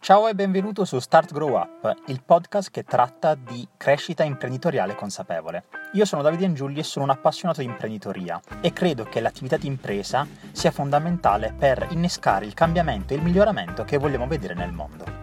Ciao e benvenuto su Start Grow Up, il podcast che tratta di crescita imprenditoriale consapevole. Io sono Davide Angiulli e sono un appassionato di imprenditoria e credo che l'attività di impresa sia fondamentale per innescare il cambiamento e il miglioramento che vogliamo vedere nel mondo.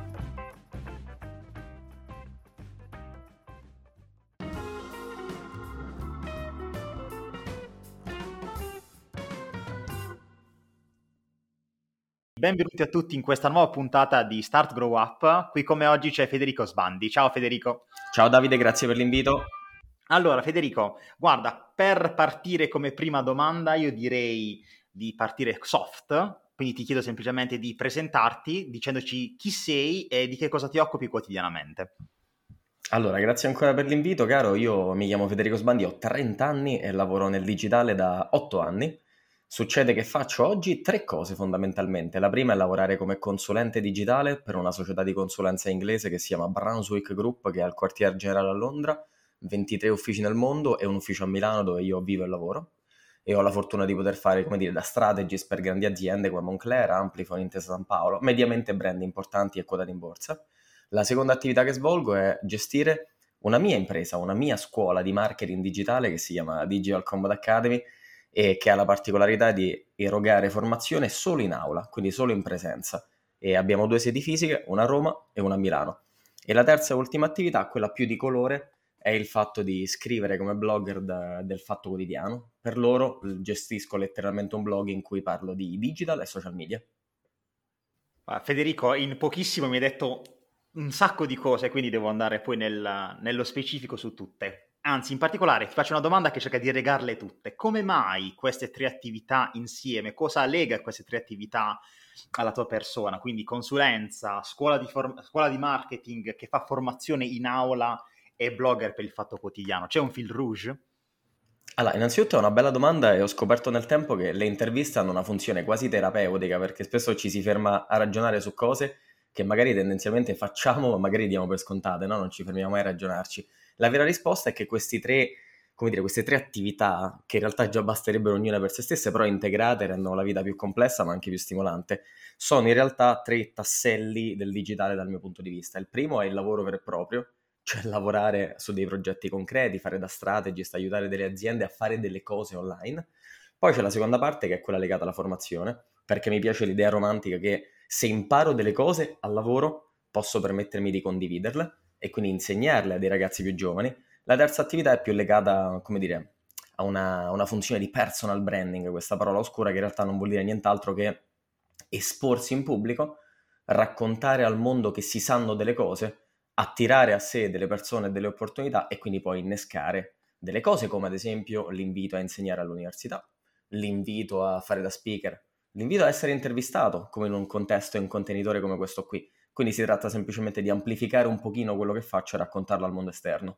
Benvenuti a tutti in questa nuova puntata di Start Grow Up. Qui come oggi c'è Federico Sbandi. Ciao Federico. Ciao Davide, grazie per l'invito. Allora Federico, guarda, per partire come prima domanda io direi di partire soft, quindi ti chiedo semplicemente di presentarti dicendoci chi sei e di che cosa ti occupi quotidianamente. Allora, grazie ancora per l'invito, caro. Io mi chiamo Federico Sbandi, ho 30 anni e lavoro nel digitale da 8 anni. Succede che faccio oggi 3 cose fondamentalmente. La prima è lavorare come consulente digitale per una società di consulenza inglese che si chiama Brunswick Group, che ha il quartier generale a Londra, 23 uffici nel mondo e un ufficio a Milano dove io vivo e lavoro. E ho la fortuna di poter fare, come dire, da strategist per grandi aziende come Moncler, Amplifon, Intesa San Paolo, mediamente brand importanti e quotati in borsa. La seconda attività che svolgo è gestire una mia impresa, una mia scuola di marketing digitale che si chiama Digital Combat Academy e che ha la particolarità di erogare formazione solo in aula, quindi solo in presenza. E abbiamo 2 sedi fisiche, una a Roma e una a Milano. E la terza e ultima attività, quella più di colore, è il fatto di scrivere come blogger del Fatto Quotidiano. Per loro gestisco letteralmente un blog in cui parlo di digital e social media. Federico, in pochissimo mi hai detto un sacco di cose, quindi devo andare poi nello specifico su tutte. Anzi, in particolare ti faccio una domanda che cerca di legarle tutte. Come mai queste 3 attività insieme? Cosa lega queste 3 attività alla tua persona? Quindi consulenza, scuola di marketing che fa formazione in aula e blogger per il Fatto Quotidiano. C'è un fil rouge? Allora, innanzitutto è una bella domanda e ho scoperto nel tempo che le interviste hanno una funzione quasi terapeutica perché spesso ci si ferma a ragionare su cose che magari tendenzialmente facciamo ma magari diamo per scontate, no? Non ci fermiamo mai a ragionarci. La vera risposta è che queste tre attività, che in realtà già basterebbero ognuna per se stesse, però integrate rendono la vita più complessa ma anche più stimolante, sono in realtà 3 tasselli del digitale dal mio punto di vista. Il primo è il lavoro vero e proprio, cioè lavorare su dei progetti concreti, fare da strategist, aiutare delle aziende a fare delle cose online. Poi c'è la seconda parte che è quella legata alla formazione, perché mi piace l'idea romantica che se imparo delle cose al lavoro posso permettermi di condividerle e quindi insegnarle a dei ragazzi più giovani. La terza attività è più legata, come dire, a una funzione di personal branding, questa parola oscura che in realtà non vuol dire nient'altro che esporsi in pubblico, raccontare al mondo che si sanno delle cose, attirare a sé delle persone e delle opportunità e quindi poi innescare delle cose come ad esempio l'invito a insegnare all'università, l'invito a fare da speaker, l'invito a essere intervistato come in un contesto e un contenitore come questo qui. Quindi si tratta semplicemente di amplificare un pochino quello che faccio e raccontarlo al mondo esterno.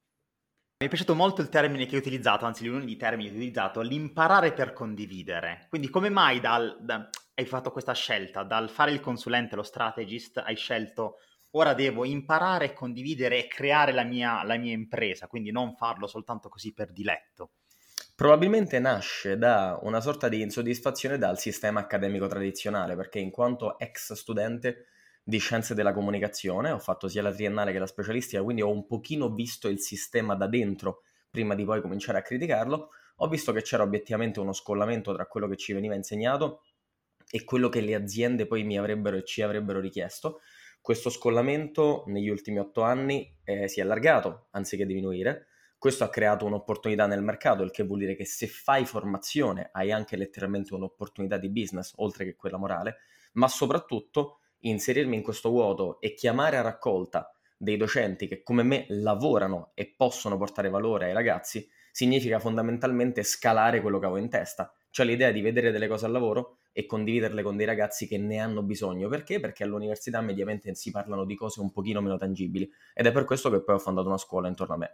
Mi è piaciuto molto il termine che hai utilizzato, anzi l'unione di termini che hai utilizzato, l'imparare per condividere. Quindi come mai hai fatto questa scelta? Dal fare il consulente, lo strategist, hai scelto ora devo imparare e condividere e creare la mia impresa, quindi non farlo soltanto così per diletto. Probabilmente nasce da una sorta di insoddisfazione dal sistema accademico tradizionale, perché in quanto ex studente di scienze della comunicazione, ho fatto sia la triennale che la specialistica, quindi ho un pochino visto il sistema da dentro prima di poi cominciare a criticarlo, ho visto che c'era obiettivamente uno scollamento tra quello che ci veniva insegnato e quello che le aziende poi mi avrebbero e ci avrebbero richiesto. Questo scollamento negli ultimi 8 anni si è allargato anziché diminuire. Questo ha creato un'opportunità nel mercato, il che vuol dire che se fai formazione hai anche letteralmente un'opportunità di business, oltre che quella morale, ma soprattutto inserirmi in questo vuoto e chiamare a raccolta dei docenti che come me lavorano e possono portare valore ai ragazzi, significa fondamentalmente scalare quello che avevo in testa, cioè l'idea di vedere delle cose al lavoro e condividerle con dei ragazzi che ne hanno bisogno. Perché? Perché all'università mediamente si parlano di cose un pochino meno tangibili ed è per questo che poi ho fondato una scuola intorno a me.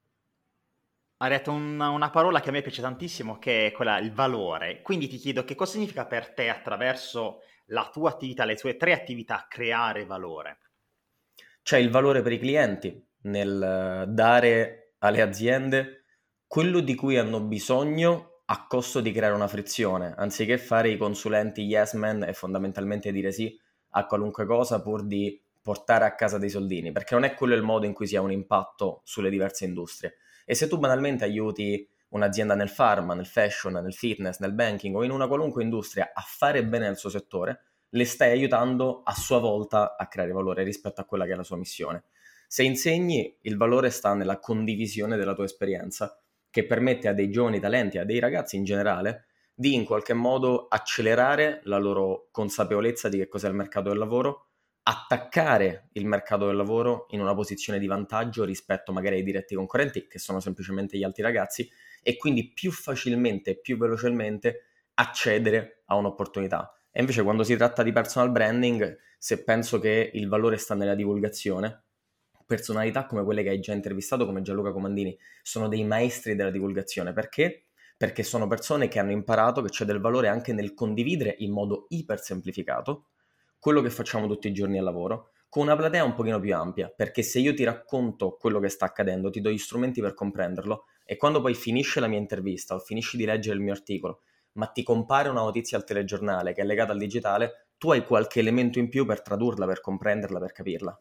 Hai detto una parola che a me piace tantissimo, che è quella, il valore. Quindi ti chiedo che cosa significa per te attraverso la tua attività, le tue 3 attività, creare valore? C'è il valore per i clienti nel dare alle aziende quello di cui hanno bisogno a costo di creare una frizione, anziché fare i consulenti yes man e fondamentalmente dire sì a qualunque cosa pur di portare a casa dei soldini, perché non è quello il modo in cui si ha un impatto sulle diverse industrie. E se tu banalmente aiuti un'azienda nel pharma, nel fashion, nel fitness, nel banking o in una qualunque industria a fare bene nel suo settore, le stai aiutando a sua volta a creare valore rispetto a quella che è la sua missione. Se insegni, il valore sta nella condivisione della tua esperienza, che permette a dei giovani talenti, a dei ragazzi in generale, di in qualche modo accelerare la loro consapevolezza di che cos'è il mercato del lavoro, attaccare il mercato del lavoro in una posizione di vantaggio rispetto magari ai diretti concorrenti, che sono semplicemente gli altri ragazzi, e quindi più facilmente e più velocemente accedere a un'opportunità. E invece quando si tratta di personal branding, se penso che il valore sta nella divulgazione, personalità come quelle che hai già intervistato, come Gianluca Comandini, sono dei maestri della divulgazione. Perché? Perché sono persone che hanno imparato che c'è del valore anche nel condividere in modo iper semplificato quello che facciamo tutti i giorni al lavoro, con una platea un pochino più ampia, perché se io ti racconto quello che sta accadendo, ti do gli strumenti per comprenderlo, e quando poi finisce la mia intervista o finisci di leggere il mio articolo, ma ti compare una notizia al telegiornale che è legata al digitale, tu hai qualche elemento in più per tradurla, per comprenderla, per capirla.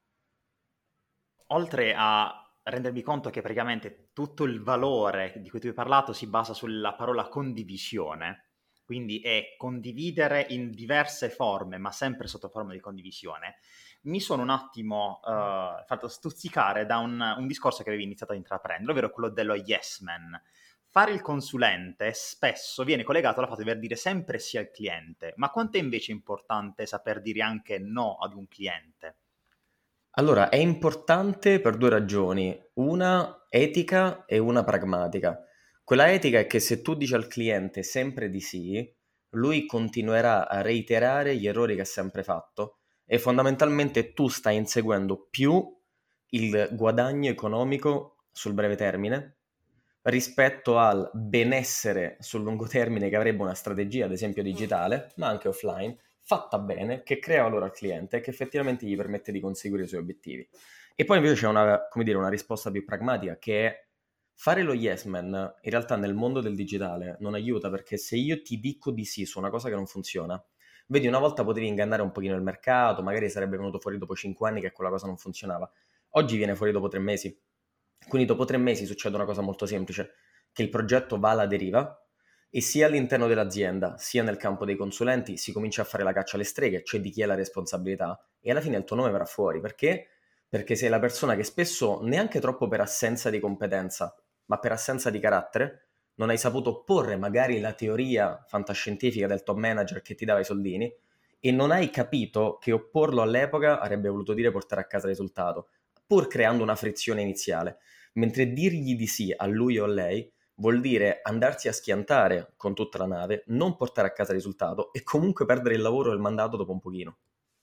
Oltre a rendermi conto che praticamente tutto il valore di cui tu hai parlato si basa sulla parola condivisione, quindi è condividere in diverse forme, ma sempre sotto forma di condivisione, mi sono un attimo fatto stuzzicare da un discorso che avevi iniziato a intraprendere, ovvero quello dello yes man. Fare il consulente spesso viene collegato alla fatto di dover dire sempre sì al cliente, ma quanto è invece importante saper dire anche no ad un cliente? Allora, è importante per due ragioni, una etica e una pragmatica. Quella etica è che se tu dici al cliente sempre di sì, lui continuerà a reiterare gli errori che ha sempre fatto e fondamentalmente tu stai inseguendo più il guadagno economico sul breve termine rispetto al benessere sul lungo termine che avrebbe una strategia, ad esempio digitale, ma anche offline, fatta bene, che crea valore al cliente e che effettivamente gli permette di conseguire i suoi obiettivi. E poi invece c'è una, come dire, una risposta più pragmatica che è fare lo yes man in realtà nel mondo del digitale non aiuta perché se io ti dico di sì su una cosa che non funziona, vedi una volta potevi ingannare un pochino il mercato, magari sarebbe venuto fuori dopo 5 anni che quella cosa non funzionava. Oggi viene fuori dopo 3 mesi. Quindi dopo 3 mesi succede una cosa molto semplice, che il progetto va alla deriva e sia all'interno dell'azienda, sia nel campo dei consulenti si comincia a fare la caccia alle streghe, cioè di chi è la responsabilità, e alla fine il tuo nome verrà fuori. Perché? Perché sei la persona che spesso, neanche troppo per assenza di competenza, ma per assenza di carattere, non hai saputo opporre magari la teoria fantascientifica del top manager che ti dava i soldini e non hai capito che opporlo all'epoca avrebbe voluto dire portare a casa il risultato, pur creando una frizione iniziale. Mentre dirgli di sì a lui o a lei vuol dire andarsi a schiantare con tutta la nave, non portare a casa il risultato e comunque perdere il lavoro e il mandato dopo un pochino.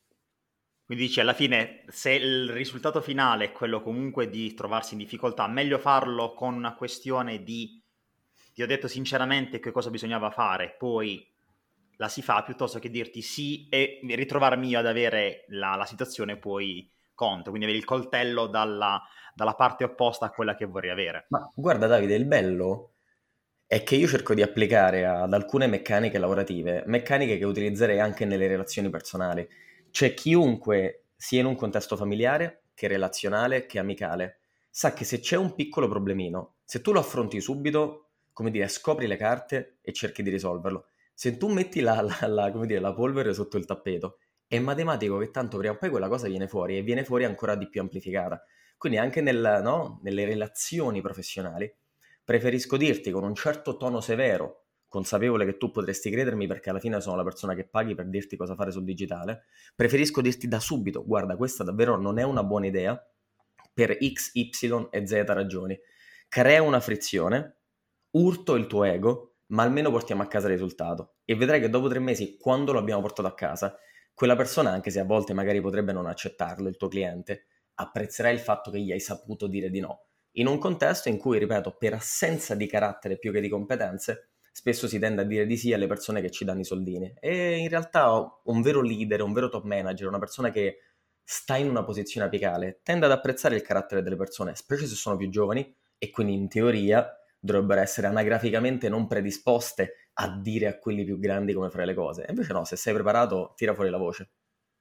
Quindi dici, alla fine, se il risultato finale è quello comunque di trovarsi in difficoltà, meglio farlo con una questione di ti ho detto sinceramente che cosa bisognava fare, poi la si fa, piuttosto che dirti sì e ritrovarmi io ad avere la situazione poi contro, quindi avere il coltello dalla parte opposta a quella che vorrei avere. Ma guarda Davide, il bello è che io cerco di applicare ad alcune meccaniche lavorative, meccaniche che utilizzerei anche nelle relazioni personali. C'è chiunque sia in un contesto familiare, che relazionale, che amicale, sa che se c'è un piccolo problemino, se tu lo affronti subito, come dire, scopri le carte e cerchi di risolverlo. Se tu metti come dire, la polvere sotto il tappeto, è matematico che tanto prima o poi quella cosa viene fuori e viene fuori ancora di più amplificata. Quindi anche no, nelle relazioni professionali preferisco dirti con un certo tono severo, consapevole che tu potresti credermi perché alla fine sono la persona che paghi per dirti cosa fare sul digitale, preferisco dirti da subito, guarda, questa davvero non è una buona idea per X, Y e Z ragioni. Crea una frizione, urto il tuo ego, ma almeno portiamo a casa il risultato. E vedrai che dopo 3 mesi, quando lo abbiamo portato a casa, quella persona, anche se a volte magari potrebbe non accettarlo, il tuo cliente, apprezzerà il fatto che gli hai saputo dire di no in un contesto in cui, ripeto, per assenza di carattere più che di competenze, spesso si tende a dire di sì alle persone che ci danno i soldini. E in realtà un vero leader, un vero top manager, una persona che sta in una posizione apicale, tende ad apprezzare il carattere delle persone, specie se sono più giovani, e quindi in teoria dovrebbero essere anagraficamente non predisposte a dire a quelli più grandi come fare le cose. E invece no, se sei preparato, tira fuori la voce.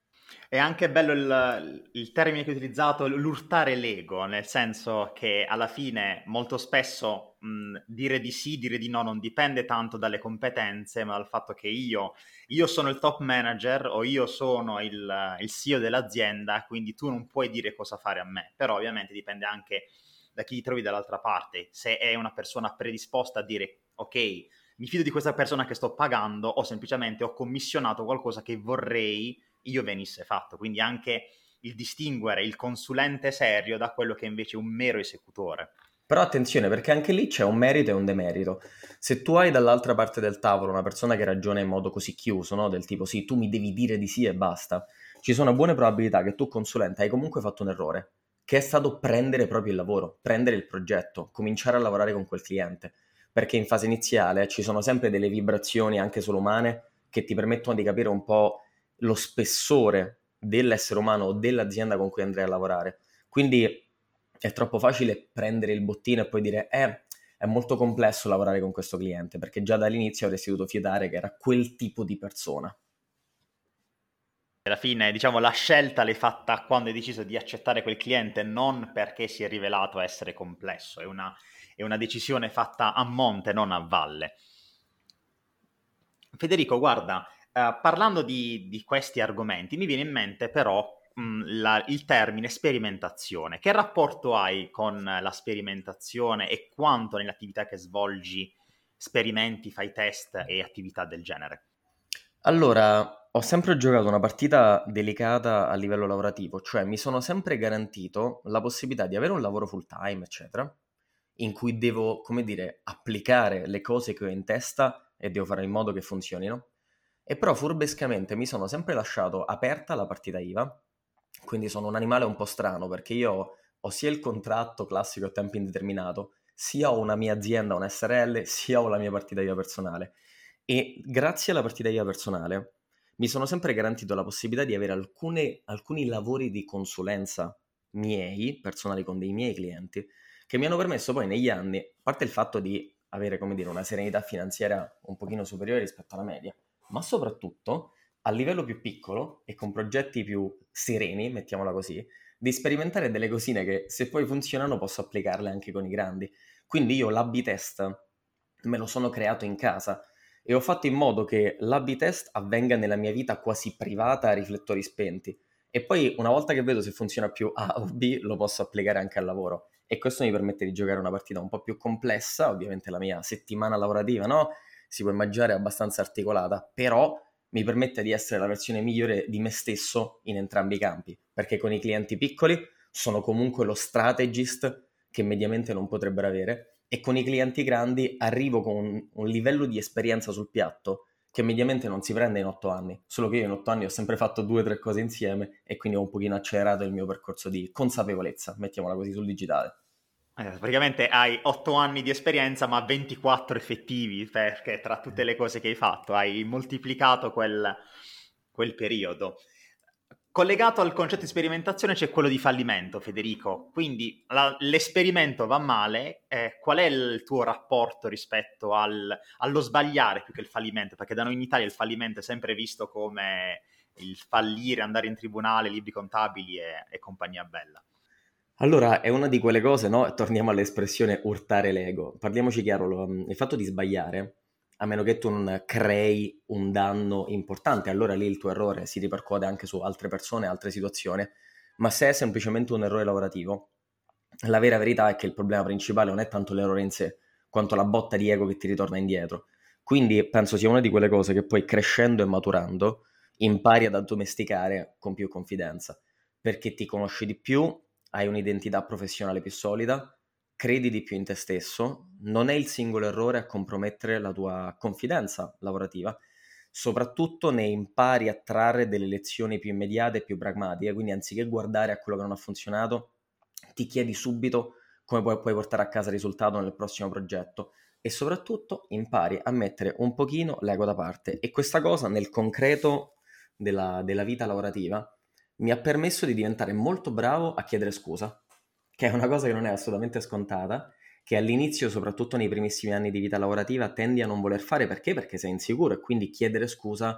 È anche bello il termine che hai utilizzato, l'urtare l'ego, nel senso che alla fine molto spesso dire di sì, dire di no non dipende tanto dalle competenze, ma dal fatto che io sono il top manager o io sono il CEO dell'azienda, quindi tu non puoi dire cosa fare a me. Però ovviamente dipende anche da chi ti trovi dall'altra parte, se è una persona predisposta a dire ok, mi fido di questa persona che sto pagando o semplicemente ho commissionato qualcosa che vorrei io venisse fatto. Quindi anche il distinguere il consulente serio da quello che invece è un mero esecutore. Però attenzione, perché anche lì c'è un merito e un demerito. Se tu hai dall'altra parte del tavolo una persona che ragiona in modo così chiuso, no? Del tipo sì, tu mi devi dire di sì e basta, ci sono buone probabilità che tu consulente hai comunque fatto un errore, che è stato prendere proprio il lavoro, prendere il progetto, cominciare a lavorare con quel cliente. Perché in fase iniziale ci sono sempre delle vibrazioni, anche solo umane, che ti permettono di capire un po' lo spessore dell'essere umano o dell'azienda con cui andrai a lavorare. Quindi è troppo facile prendere il bottino e poi dire è molto complesso lavorare con questo cliente, perché già dall'inizio avresti dovuto fidare che era quel tipo di persona. Alla fine, diciamo, la scelta l'hai fatta quando hai deciso di accettare quel cliente, non perché si è rivelato essere complesso, è una decisione fatta a monte, non a valle. Federico, guarda, parlando di questi argomenti, mi viene in mente però il termine sperimentazione. Che rapporto hai con la sperimentazione e quanto nelle attività che svolgi sperimenti, fai test e attività del genere? Allora, ho sempre giocato una partita delicata a livello lavorativo, cioè mi sono sempre garantito la possibilità di avere un lavoro full time, eccetera, in cui devo, come dire, applicare le cose che ho in testa e devo fare in modo che funzionino. E però furbescamente mi sono sempre lasciato aperta la partita IVA, quindi sono un animale un po' strano perché io ho sia il contratto classico a tempo indeterminato, sia ho una mia azienda, un SRL, sia ho la mia partita IVA personale. E grazie alla partita IVA personale mi sono sempre garantito la possibilità di avere alcuni lavori di consulenza miei, personali con dei miei clienti, che mi hanno permesso poi negli anni, a parte il fatto di avere, come dire, una serenità finanziaria un pochino superiore rispetto alla media, ma soprattutto a livello più piccolo e con progetti più sereni, mettiamola così, di sperimentare delle cosine che se poi funzionano posso applicarle anche con i grandi. Quindi io l'A/B test me lo sono creato in casa e ho fatto in modo che l'A/B test avvenga nella mia vita quasi privata a riflettori spenti. E poi una volta che vedo se funziona più A o B, lo posso applicare anche al lavoro. E questo mi permette di giocare una partita un po' più complessa, ovviamente la mia settimana lavorativa, no? Si può immaginare abbastanza articolata, però mi permette di essere la versione migliore di me stesso in entrambi i campi, perché con i clienti piccoli sono comunque lo strategist che mediamente non potrebbero avere e con i clienti grandi arrivo con un livello di esperienza sul piatto che mediamente non si prende in 8 anni, solo che io in 8 anni ho sempre fatto 2 o 3 cose insieme e quindi ho un pochino accelerato il mio percorso di consapevolezza, mettiamola così, sul digitale. Praticamente hai 8 anni di esperienza, ma 24 effettivi, perché tra tutte le cose che hai fatto hai moltiplicato quel periodo. Collegato al concetto di sperimentazione c'è quello di fallimento, Federico. Quindi l'esperimento va male, qual è il tuo rapporto rispetto allo sbagliare più che il fallimento? Perché da noi in Italia il fallimento è sempre visto come il fallire, andare in tribunale, libri contabili e compagnia bella. Allora, è una di quelle cose, no? Torniamo all'espressione urtare l'ego. Parliamoci chiaro, il fatto di sbagliare, a meno che tu non crei un danno importante, allora lì il tuo errore si ripercuote anche su altre persone, altre situazioni, ma se è semplicemente un errore lavorativo, la vera verità è che il problema principale non è tanto l'errore in sé, quanto la botta di ego che ti ritorna indietro. Quindi penso sia una di quelle cose che poi crescendo e maturando impari ad addomesticare con più confidenza, perché ti conosci di più, hai un'identità professionale più solida, credi di più in te stesso, non è il singolo errore a compromettere la tua confidenza lavorativa, soprattutto ne impari a trarre delle lezioni più immediate e più pragmatiche, quindi anziché guardare a quello che non ha funzionato, ti chiedi subito come puoi portare a casa il risultato nel prossimo progetto e soprattutto impari a mettere un pochino l'ego da parte e questa cosa nel concreto della vita lavorativa mi ha permesso di diventare molto bravo a chiedere scusa, che è una cosa che non è assolutamente scontata, che all'inizio, soprattutto nei primissimi anni di vita lavorativa, tendi a non voler fare perché? Perché sei insicuro e quindi chiedere scusa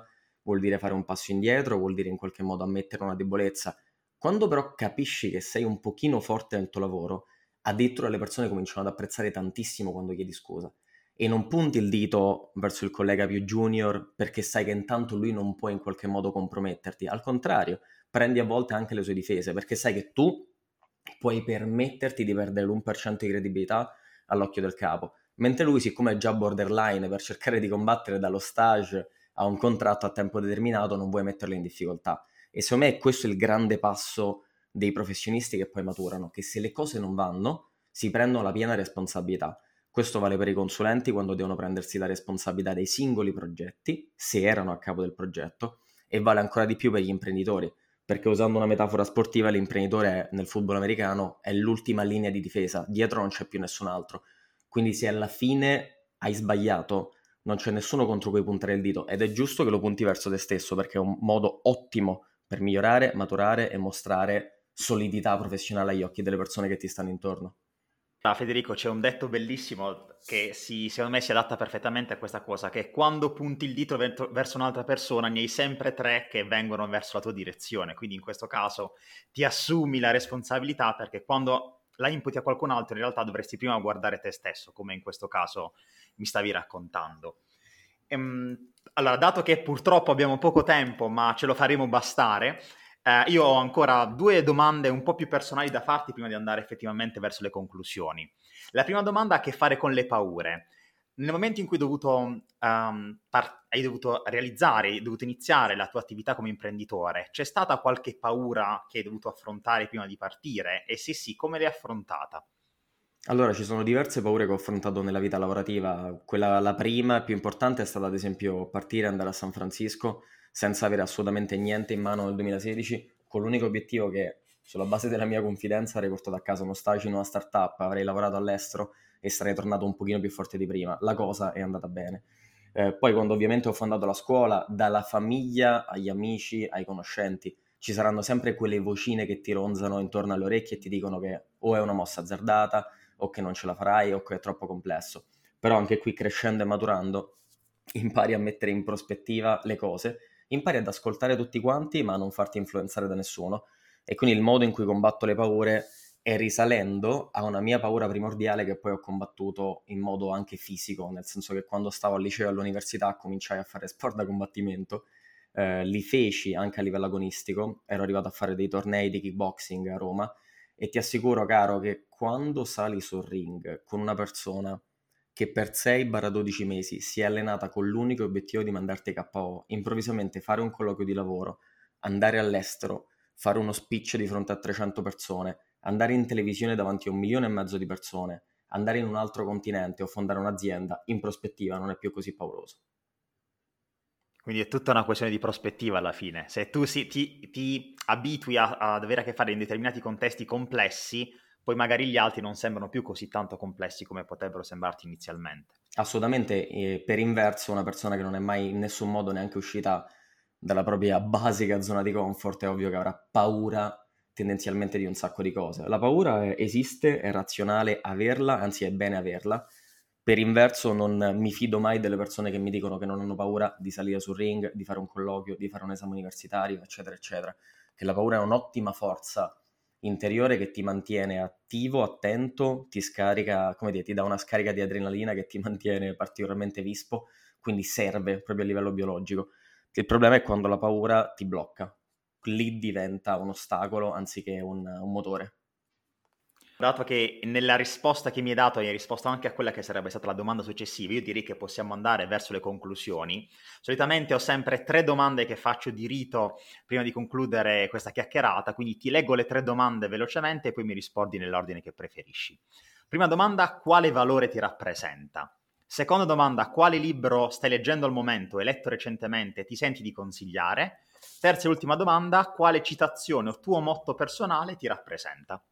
vuol dire fare un passo indietro, vuol dire in qualche modo ammettere una debolezza. Quando però capisci che sei un pochino forte nel tuo lavoro, addirittura le persone cominciano ad apprezzare tantissimo quando chiedi scusa. E non punti il dito verso il collega più junior perché sai che intanto lui non può in qualche modo comprometterti. Al contrario, prendi a volte anche le sue difese perché sai che tu puoi permetterti di perdere l'1% di credibilità all'occhio del capo. Mentre lui, siccome è già borderline per cercare di combattere dallo stage a un contratto a tempo determinato, non vuoi metterlo in difficoltà. E secondo me questo è il grande passo dei professionisti che poi maturano, che se le cose non vanno, si prendono la piena responsabilità. Questo vale per i consulenti quando devono prendersi la responsabilità dei singoli progetti, se erano a capo del progetto, e vale ancora di più per gli imprenditori, perché usando una metafora sportiva, l'imprenditore nel football americano è l'ultima linea di difesa, dietro non c'è più nessun altro. Quindi se alla fine hai sbagliato, non c'è nessuno contro cui puntare il dito ed è giusto che lo punti verso te stesso perché è un modo ottimo per migliorare, maturare e mostrare solidità professionale agli occhi delle persone che ti stanno intorno. Federico, c'è un detto bellissimo che secondo me si adatta perfettamente a questa cosa, che quando punti il dito verso un'altra persona ne hai sempre tre che vengono verso la tua direzione, quindi in questo caso ti assumi la responsabilità perché quando la imputi a qualcun altro in realtà dovresti prima guardare te stesso, come in questo caso mi stavi raccontando. Allora, dato che purtroppo abbiamo poco tempo, ma ce lo faremo bastare, io ho ancora due domande un po' più personali da farti prima di andare effettivamente verso le conclusioni. La prima domanda ha a che fare con le paure. Nel momento in cui hai dovuto realizzare, hai dovuto iniziare la tua attività come imprenditore, c'è stata qualche paura che hai dovuto affrontare prima di partire? E se sì, come l'hai affrontata? Allora, ci sono diverse paure che ho affrontato nella vita lavorativa. La prima e più importante è stata ad esempio partire e andare a San Francisco senza avere assolutamente niente in mano nel 2016, con l'unico obiettivo che sulla base della mia confidenza avrei portato a casa uno stage in una startup, avrei lavorato all'estero e sarei tornato un pochino più forte di prima. La cosa è andata bene. Poi quando ovviamente ho fondato la scuola, dalla famiglia agli amici, ai conoscenti, ci saranno sempre quelle vocine che ti ronzano intorno alle orecchie e ti dicono che o è una mossa azzardata o che non ce la farai o che è troppo complesso. Però anche qui crescendo e maturando impari a mettere in prospettiva le cose, impari ad ascoltare tutti quanti ma a non farti influenzare da nessuno e quindi il modo in cui combatto le paure è risalendo a una mia paura primordiale che poi ho combattuto in modo anche fisico, nel senso che quando stavo al liceo e all'università cominciai a fare sport da combattimento, li feci anche a livello agonistico, ero arrivato a fare dei tornei di kickboxing a Roma e ti assicuro, caro, che quando sali sul ring con una persona che per 6-12 mesi si è allenata con l'unico obiettivo di mandarti KO, improvvisamente fare un colloquio di lavoro, andare all'estero, fare uno speech di fronte a 300 persone, andare in televisione davanti a 1,5 milioni di persone, andare in un altro continente o fondare un'azienda, in prospettiva non è più così pauroso. Quindi è tutta una questione di prospettiva alla fine. Se tu ti abitui ad avere a che fare in determinati contesti complessi, poi magari gli altri non sembrano più così tanto complessi come potrebbero sembrarti inizialmente. Assolutamente, per inverso, una persona che non è mai in nessun modo neanche uscita dalla propria basica zona di comfort è ovvio che avrà paura tendenzialmente di un sacco di cose. La paura esiste, è razionale averla, anzi è bene averla. Per inverso, non mi fido mai delle persone che mi dicono che non hanno paura di salire sul ring, di fare un colloquio, di fare un esame universitario, eccetera, eccetera. Che la paura è un'ottima forza interiore che ti mantiene attivo, attento, ti scarica, come dire, ti dà una scarica di adrenalina che ti mantiene particolarmente vispo, quindi serve proprio a livello biologico. Il problema è quando la paura ti blocca, lì diventa un ostacolo anziché un motore. Dato che nella risposta che mi hai dato hai risposto anche a quella che sarebbe stata la domanda successiva, io direi che possiamo andare verso le conclusioni. Solitamente ho sempre 3 domande che faccio di rito prima di concludere questa chiacchierata, quindi ti leggo le 3 domande velocemente e poi mi rispondi nell'ordine che preferisci. Prima domanda, quale valore ti rappresenta? Seconda domanda, quale libro stai leggendo al momento e letto recentemente e ti senti di consigliare? Terza e ultima domanda, quale citazione o tuo motto personale ti rappresenta?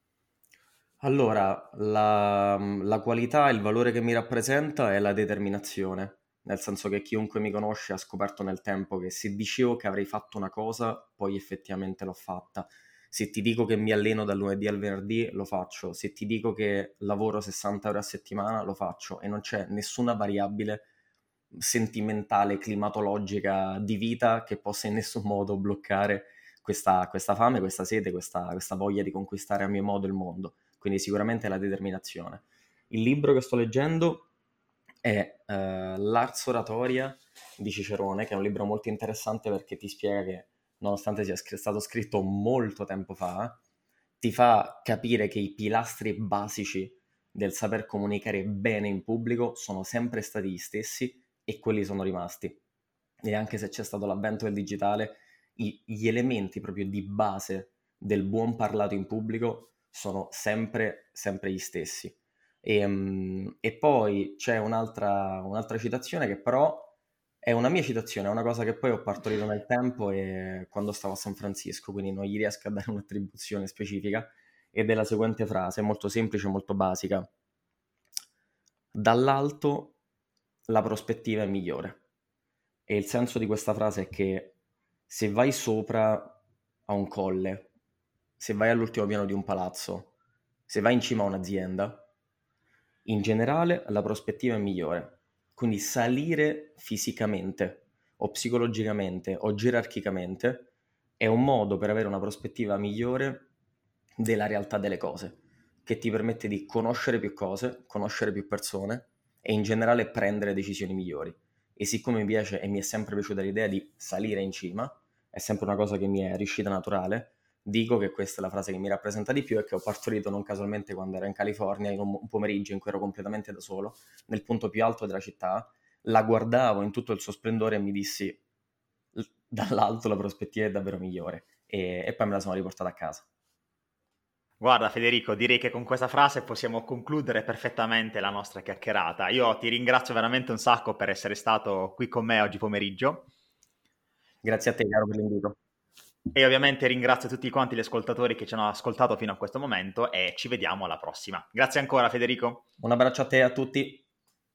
Allora, la qualità e il valore che mi rappresenta è la determinazione, nel senso che chiunque mi conosce ha scoperto nel tempo che se dicevo che avrei fatto una cosa, poi effettivamente l'ho fatta. Se ti dico che mi alleno dal lunedì al venerdì, lo faccio. Se ti dico che lavoro 60 ore a settimana, lo faccio. E non c'è nessuna variabile sentimentale, climatologica di vita che possa in nessun modo bloccare questa fame, questa sete, questa voglia di conquistare a mio modo il mondo. Quindi sicuramente la determinazione. Il libro che sto leggendo è L'Ars Oratoria di Cicerone, che è un libro molto interessante perché ti spiega che, nonostante sia stato scritto molto tempo fa, ti fa capire che i pilastri basici del saper comunicare bene in pubblico sono sempre stati gli stessi e quelli sono rimasti. E anche se c'è stato l'avvento del digitale, gli elementi proprio di base del buon parlato in pubblico sono sempre gli stessi. E poi c'è un'altra citazione che però è una mia citazione, è una cosa che poi ho partorito nel tempo e quando stavo a San Francisco, quindi non gli riesco a dare un'attribuzione specifica, ed è la seguente frase, molto semplice, molto basica. Dall'alto la prospettiva è migliore. E il senso di questa frase è che se vai sopra a un colle, se vai all'ultimo piano di un palazzo, se vai in cima a un'azienda, in generale la prospettiva è migliore. Quindi salire fisicamente o psicologicamente o gerarchicamente è un modo per avere una prospettiva migliore della realtà delle cose, che ti permette di conoscere più cose, conoscere più persone e in generale prendere decisioni migliori. E siccome mi piace e mi è sempre piaciuta l'idea di salire in cima, è sempre una cosa che mi è riuscita naturale, dico che questa è la frase che mi rappresenta di più e che ho partorito non casualmente quando ero in California, in un pomeriggio in cui ero completamente da solo, nel punto più alto della città, la guardavo in tutto il suo splendore e mi dissi, dall'alto la prospettiva è davvero migliore. E poi me la sono riportata a casa. Guarda Federico, direi che con questa frase possiamo concludere perfettamente la nostra chiacchierata. Io ti ringrazio veramente un sacco per essere stato qui con me oggi pomeriggio Grazie a te, caro, per l'invito. e ovviamente ringrazio tutti quanti gli ascoltatori che ci hanno ascoltato fino a questo momento e ci vediamo alla prossima. Grazie ancora Federico. Un abbraccio a te e a tutti.